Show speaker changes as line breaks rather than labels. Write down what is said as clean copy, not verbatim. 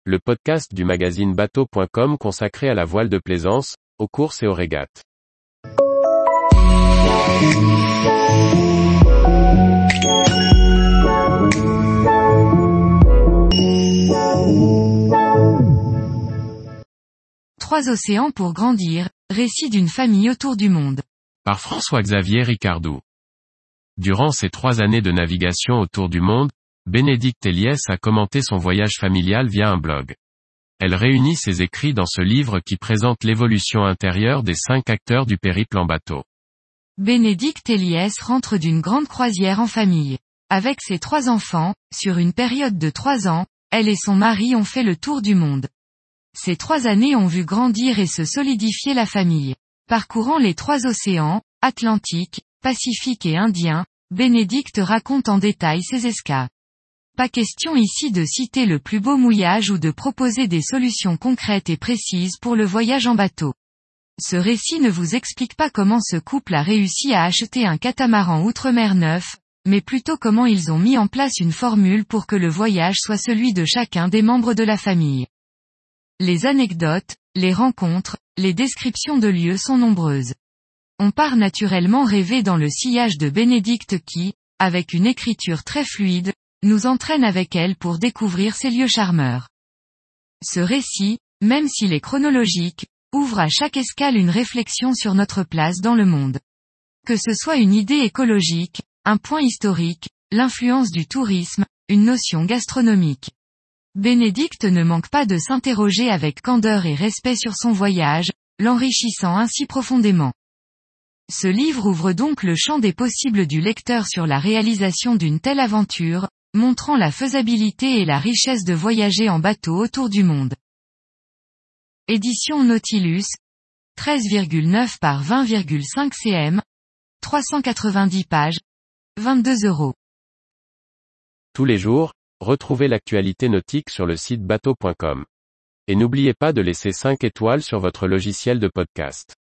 le podcast du magazine bateau.com consacré à la voile de plaisance, aux courses et aux régates.
Trois océans pour grandir, récit d'une famille autour du monde.
Par François-Xavier Ricardou. Durant ses 3 années de navigation autour du monde, Bénédicte Eliès a commenté son voyage familial via un blog. Elle réunit ses écrits dans ce livre qui présente l'évolution intérieure des 5 acteurs du périple en bateau.
Bénédicte Eliès rentre d'une grande croisière en famille. Avec ses 3 enfants, sur une période de 3 ans, elle et son mari ont fait le tour du monde. Ces 3 années ont vu grandir et se solidifier la famille. Parcourant les 3 océans, Atlantique, Pacifique et Indien, Bénédicte raconte en détail ses escapes. Pas question ici de citer le plus beau mouillage ou de proposer des solutions concrètes et précises pour le voyage en bateau. Ce récit ne vous explique pas comment ce couple a réussi à acheter un catamaran outre-mer neuf, mais plutôt comment ils ont mis en place une formule pour que le voyage soit celui de chacun des membres de la famille. Les anecdotes, les rencontres, les descriptions de lieux sont nombreuses. On part naturellement rêver dans le sillage de Bénédicte qui, avec une écriture très fluide, nous entraîne avec elle pour découvrir ces lieux charmeurs. Ce récit, même s'il est chronologique, ouvre à chaque escale une réflexion sur notre place dans le monde. Que ce soit une idée écologique, un point historique, l'influence du tourisme, une notion gastronomique. Bénédicte ne manque pas de s'interroger avec candeur et respect sur son voyage, l'enrichissant ainsi profondément. Ce livre ouvre donc le champ des possibles du lecteur sur la réalisation d'une telle aventure, montrant la faisabilité et la richesse de voyager en bateau autour du monde. Édition Nautilus, 13,9 par 20,5 cm, 390 pages, 22 €.
Tous les jours, retrouvez l'actualité nautique sur le site bateau.com. Et n'oubliez pas de laisser 5 étoiles sur votre logiciel de podcast.